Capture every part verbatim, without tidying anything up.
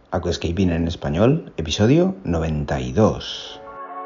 Aquascaping en español, episodio noventa y dos.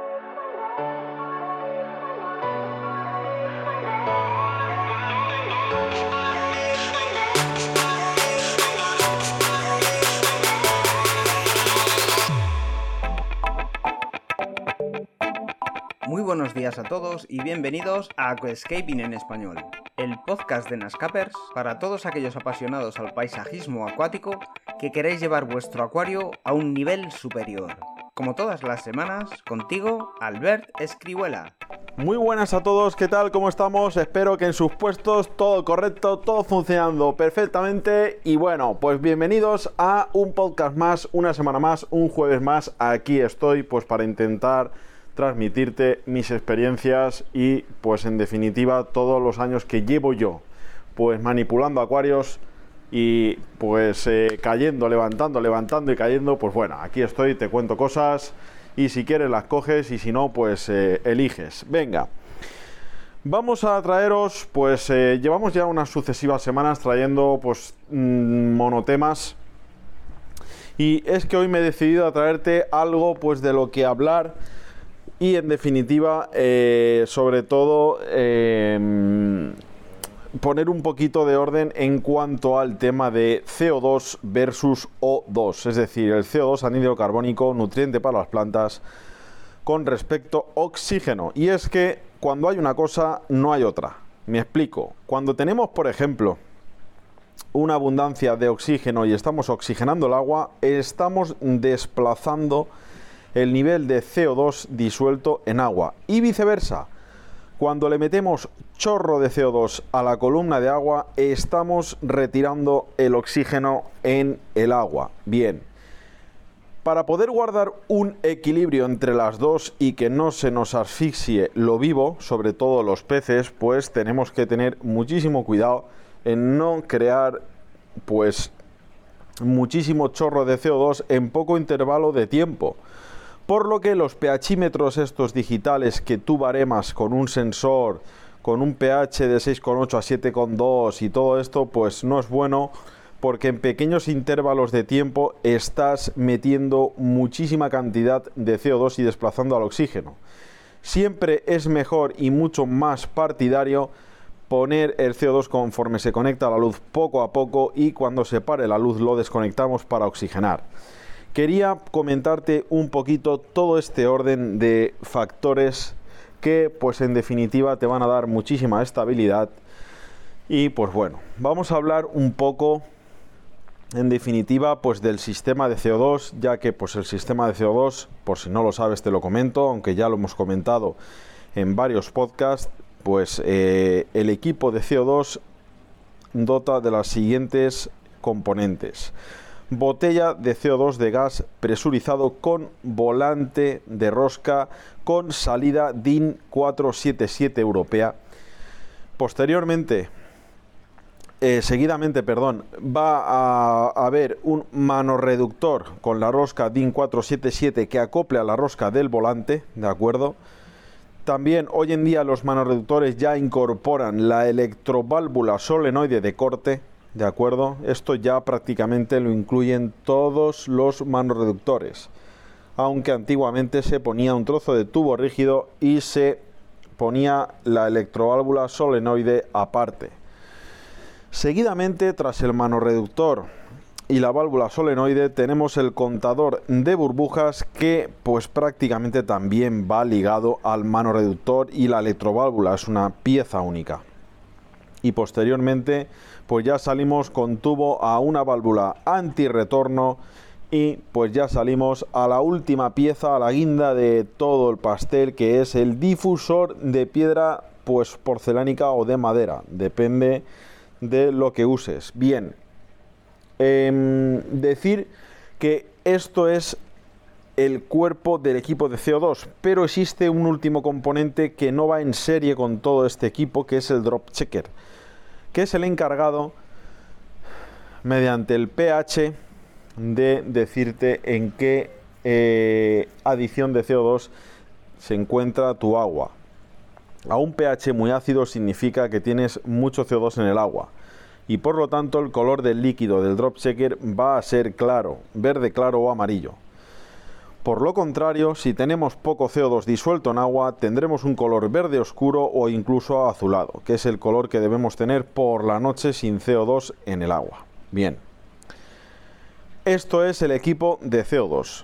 Muy buenos días a todos y bienvenidos a Aquascaping en español, el podcast de Nascapers para todos aquellos apasionados al paisajismo acuático que queréis llevar vuestro acuario a un nivel superior. Como todas las semanas, contigo, Albert Escrihuela. Muy buenas a todos, ¿qué tal? ¿Cómo estamos? Espero que en sus puestos todo correcto, todo funcionando perfectamente. Y bueno, pues bienvenidos a un podcast más, una semana más, un jueves más. Aquí estoy pues para intentar transmitirte mis experiencias y pues en definitiva todos los años que llevo yo pues manipulando acuarios y pues eh, cayendo, levantando, levantando y cayendo. Pues bueno, aquí estoy, te cuento cosas y si quieres las coges y si no pues eh, eliges. Venga, vamos a traeros pues eh, llevamos ya unas sucesivas semanas trayendo pues mmm, monotemas, y es que hoy me he decidido a traerte algo pues de lo que hablar. Y en definitiva, eh, sobre todo, eh, poner un poquito de orden en cuanto al tema de C O dos versus O dos. Es decir, el C O dos, anhídrido carbónico, nutriente para las plantas, con respecto a oxígeno. Y es que cuando hay una cosa, no hay otra. Me explico. Cuando tenemos, por ejemplo, una abundancia de oxígeno y estamos oxigenando el agua, estamos desplazando el nivel de C O dos disuelto en agua, y viceversa. Cuando le metemos chorro de C O dos a la columna de agua, estamos retirando el oxígeno en el agua. Bien, para poder guardar un equilibrio entre las dos y que no se nos asfixie lo vivo, sobre todo los peces, pues tenemos que tener muchísimo cuidado en no crear pues muchísimo chorro de C O dos en poco intervalo de tiempo. Por lo que los pHímetros estos digitales que tú baremas con un sensor, con un pH de seis coma ocho a siete coma dos y todo esto, pues no es bueno, porque en pequeños intervalos de tiempo estás metiendo muchísima cantidad de C O dos y desplazando al oxígeno. Siempre es mejor y mucho más partidario poner el C O dos conforme se conecta a la luz poco a poco, y cuando se pare la luz lo desconectamos para oxigenar. Quería comentarte un poquito todo este orden de factores que pues en definitiva te van a dar muchísima estabilidad. Y pues bueno, vamos a hablar un poco en definitiva pues del sistema de C O dos, ya que pues el sistema de C O dos, por si no lo sabes te lo comento, aunque ya lo hemos comentado en varios podcasts. Pues eh, el equipo de C O dos dota de las siguientes componentes: botella de C O dos de gas presurizado con volante de rosca con salida D I N cuatrocientos setenta y siete europea. Posteriormente, eh, seguidamente, perdón, va a, a haber un manorreductor con la rosca D I N cuatrocientos setenta y siete que acople a la rosca del volante, ¿de acuerdo? También hoy en día los manorreductores ya incorporan la electroválvula solenoide de corte, ¿de acuerdo? Esto ya prácticamente lo incluyen todos los manorreductores, aunque antiguamente se ponía un trozo de tubo rígido y se ponía la electroválvula solenoide aparte. Seguidamente, tras el manorreductor y la válvula solenoide, tenemos el contador de burbujas, que pues prácticamente también va ligado al manorreductor y la electroválvula, es una pieza única. Y posteriormente pues ya salimos con tubo a una válvula antirretorno, y pues ya salimos a la última pieza, a la guinda de todo el pastel, que es el difusor de piedra pues porcelánica o de madera, depende de lo que uses. Bien, eh, decir que esto es el cuerpo del equipo de C O dos, pero existe un último componente que no va en serie con todo este equipo, que es el drop checker, que es el encargado, mediante el pH, de decirte en qué eh, adición de C O dos se encuentra tu agua. A un pH muy ácido significa que tienes mucho C O dos en el agua, y por lo tanto el color del líquido del drop checker va a ser claro, verde claro o amarillo. Por lo contrario, si tenemos poco C O dos disuelto en agua, tendremos un color verde oscuro o incluso azulado, que es el color que debemos tener por la noche sin C O dos en el agua. Bien, esto es el equipo de C O dos.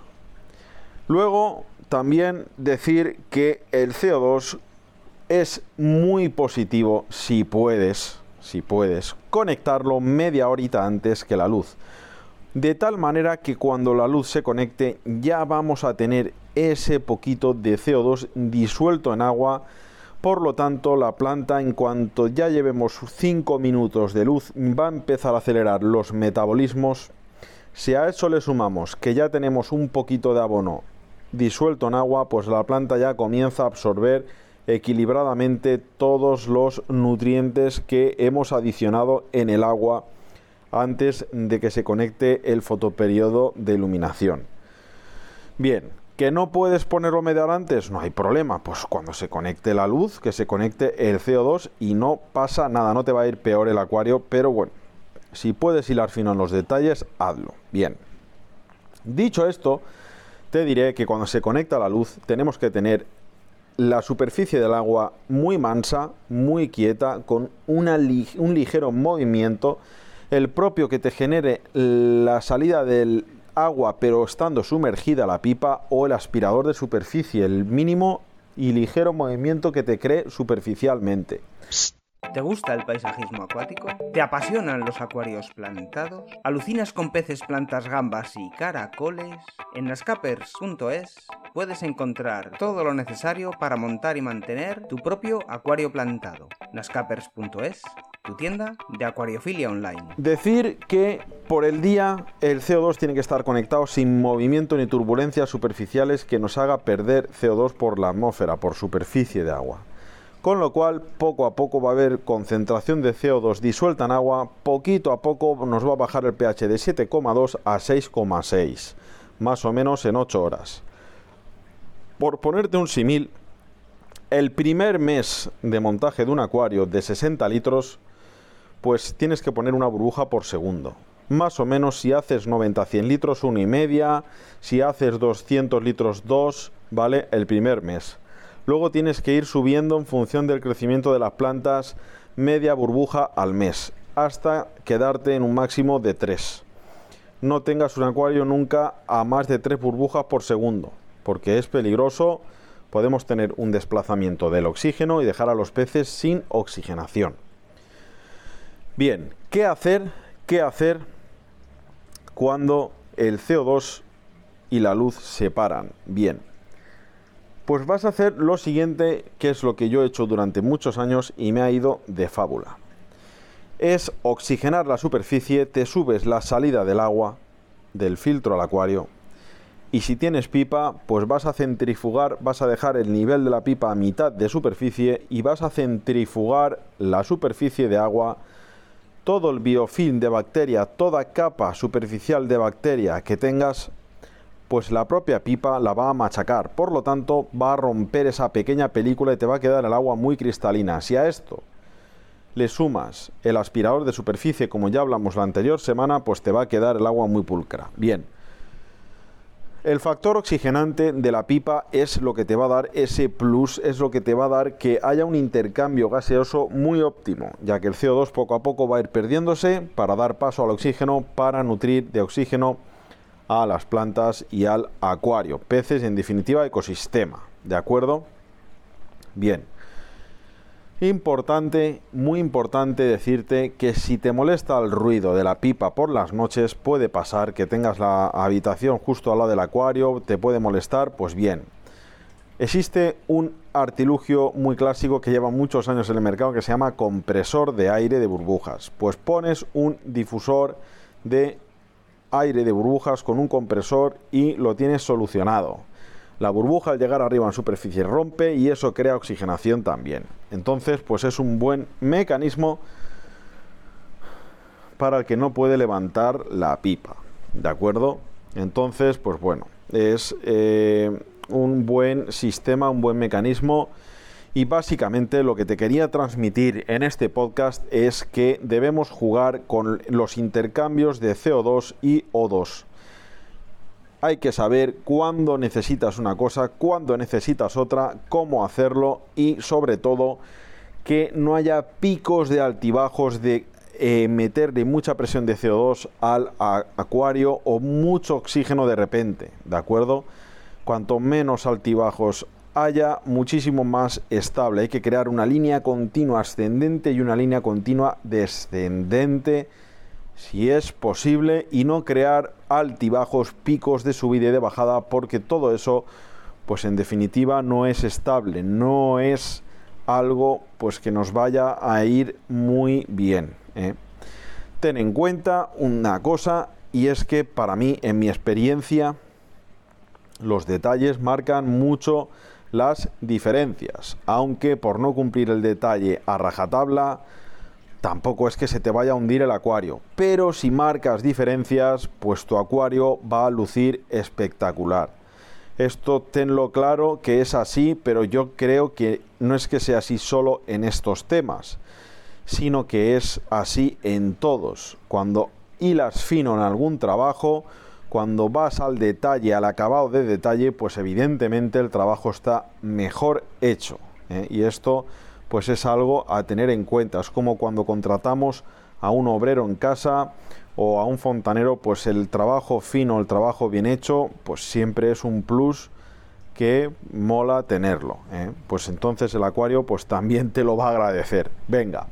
Luego, también decir que el C O dos es muy positivo si puedes, si puedes, conectarlo media horita antes que la luz. De tal manera que cuando la luz se conecte ya vamos a tener ese poquito de C O dos disuelto en agua. Por lo tanto, la planta, en cuanto ya llevemos cinco minutos de luz, va a empezar a acelerar los metabolismos. Si a eso le sumamos que ya tenemos un poquito de abono disuelto en agua, pues la planta ya comienza a absorber equilibradamente todos los nutrientes que hemos adicionado en el agua antes de que se conecte el fotoperiodo de iluminación. Bien, ¿que no puedes ponerlo media hora antes? No hay problema, pues cuando se conecte la luz, que se conecte el C O dos y no pasa nada, no te va a ir peor el acuario, pero bueno, si puedes hilar fino en los detalles, hazlo. Bien, dicho esto, te diré que cuando se conecta la luz tenemos que tener la superficie del agua muy mansa, muy quieta, con una li- un ligero movimiento, el propio que te genere la salida del agua pero estando sumergida la pipa, o el aspirador de superficie, el mínimo y ligero movimiento que te cree superficialmente. ¿Te gusta el paisajismo acuático? ¿Te apasionan los acuarios plantados? ¿Alucinas con peces, plantas, gambas y caracoles? En nascapers punto es puedes encontrar todo lo necesario para montar y mantener tu propio acuario plantado. nascapers punto es, tu tienda de acuariofilia online. Decir que por el día el C O dos tiene que estar conectado sin movimiento ni turbulencias superficiales que nos haga perder C O dos por la atmósfera, por superficie de agua. Con lo cual, poco a poco va a haber concentración de C O dos disuelta en agua, poquito a poco nos va a bajar el pH de siete coma dos a seis coma seis, más o menos en ocho horas. Por ponerte un símil, el primer mes de montaje de un acuario de sesenta litros, pues tienes que poner una burbuja por segundo. Más o menos, si haces noventa a cien litros, una y media, si haces doscientos litros, dos, ¿vale? El primer mes. Luego tienes que ir subiendo en función del crecimiento de las plantas, media burbuja al mes, hasta quedarte en un máximo de tres. No tengas un acuario nunca a más de tres burbujas por segundo, porque es peligroso. Podemos tener un desplazamiento del oxígeno y dejar a los peces sin oxigenación. Bien, ¿qué hacer? ¿Qué hacer cuando el C O dos y la luz se paran? Bien, pues vas a hacer lo siguiente, que es lo que yo he hecho durante muchos años y me ha ido de fábula. Es oxigenar la superficie, te subes la salida del agua del filtro al acuario, y si tienes pipa, pues vas a centrifugar, vas a dejar el nivel de la pipa a mitad de superficie y vas a centrifugar la superficie de agua, todo el biofilm de bacteria, toda capa superficial de bacteria que tengas, pues la propia pipa la va a machacar, por lo tanto va a romper esa pequeña película y te va a quedar el agua muy cristalina. Si a esto le sumas el aspirador de superficie, como ya hablamos la anterior semana, pues te va a quedar el agua muy pulcra. Bien, el factor oxigenante de la pipa es lo que te va a dar ese plus, es lo que te va a dar que haya un intercambio gaseoso muy óptimo, ya que el C O dos poco a poco va a ir perdiéndose para dar paso al oxígeno, para nutrir de oxígeno a las plantas y al acuario, peces, en definitiva ecosistema, ¿de acuerdo? Bien, importante, muy importante decirte que si te molesta el ruido de la pipa por las noches, puede pasar que tengas la habitación justo al lado del acuario, te puede molestar, pues bien, existe un artilugio muy clásico que lleva muchos años en el mercado que se llama compresor de aire de burbujas. Pues pones un difusor de aire de burbujas con un compresor y lo tienes solucionado. La burbuja al llegar arriba en superficie rompe y eso crea oxigenación también. Entonces, pues es un buen mecanismo para el que no puede levantar la pipa, ¿de acuerdo? Entonces, pues bueno, es eh, un buen sistema, un buen mecanismo. Y básicamente lo que te quería transmitir en este podcast es que debemos jugar con los intercambios de C O dos y O dos. Hay que saber cuándo necesitas una cosa, cuándo necesitas otra, cómo hacerlo y sobre todo que no haya picos de altibajos de eh, meterle mucha presión de C O dos al a- acuario o mucho oxígeno de repente, ¿de acuerdo? Cuanto menos altibajos haya, muchísimo más estable. Hay que crear una línea continua ascendente y una línea continua descendente, si es posible, y no crear altibajos, picos de subida y de bajada, porque todo eso, pues en definitiva, no es estable, no es algo pues que nos vaya a ir muy bien, ¿eh? Ten en cuenta una cosa, y es que para mí, en mi experiencia, los detalles marcan mucho las diferencias, aunque por no cumplir el detalle a rajatabla, tampoco es que se te vaya a hundir el acuario, pero si marcas diferencias, pues tu acuario va a lucir espectacular. Esto tenlo claro que es así, pero yo creo que no es que sea así solo en estos temas, sino que es así en todos. Cuando hilas fino en algún trabajo, cuando vas al detalle, al acabado de detalle, pues evidentemente el trabajo está mejor hecho, ¿eh? Y esto pues es algo a tener en cuenta. Es como cuando contratamos a un obrero en casa o a un fontanero, pues el trabajo fino, el trabajo bien hecho, pues siempre es un plus que mola tenerlo, ¿eh? Pues entonces el acuario pues también te lo va a agradecer. Venga,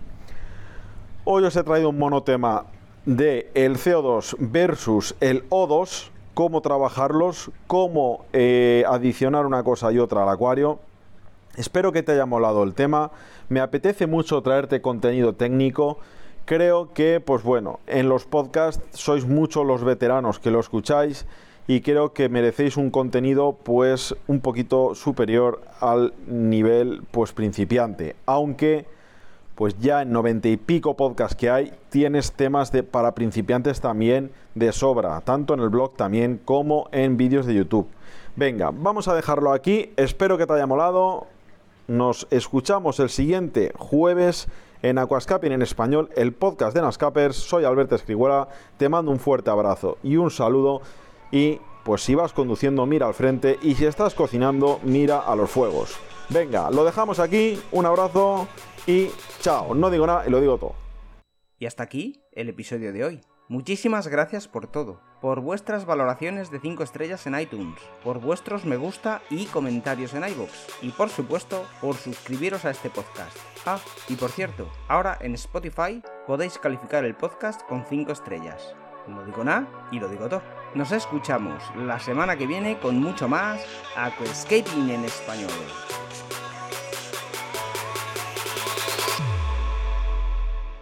hoy os he traído un monotema de el C O dos versus el O dos, cómo trabajarlos, cómo eh, adicionar una cosa y otra al acuario. Espero que te haya molado el tema. Me apetece mucho traerte contenido técnico. Creo que, pues bueno, en los podcasts sois muchos los veteranos que lo escucháis y creo que merecéis un contenido pues un poquito superior al nivel pues principiante, aunque pues ya en noventa y pico podcasts que hay, tienes temas de, para principiantes también de sobra, tanto en el blog también como en vídeos de YouTube. Venga, vamos a dejarlo aquí, espero que te haya molado, nos escuchamos el siguiente jueves en Aquascaping en español, el podcast de Nascapers. Soy Alberto Escrihuela, te mando un fuerte abrazo y un saludo, y pues si vas conduciendo mira al frente y si estás cocinando mira a los fuegos. Venga, lo dejamos aquí, un abrazo y chao, no digo nada y lo digo todo. Y hasta aquí el episodio de hoy. Muchísimas gracias por todo, por vuestras valoraciones de cinco estrellas en iTunes, por vuestros me gusta y comentarios en iVoox, y por supuesto, por suscribiros a este podcast. Ah, y por cierto, ahora en Spotify podéis calificar el podcast con cinco estrellas. No digo nada y lo digo todo. Nos escuchamos la semana que viene con mucho más Aquascaping en español.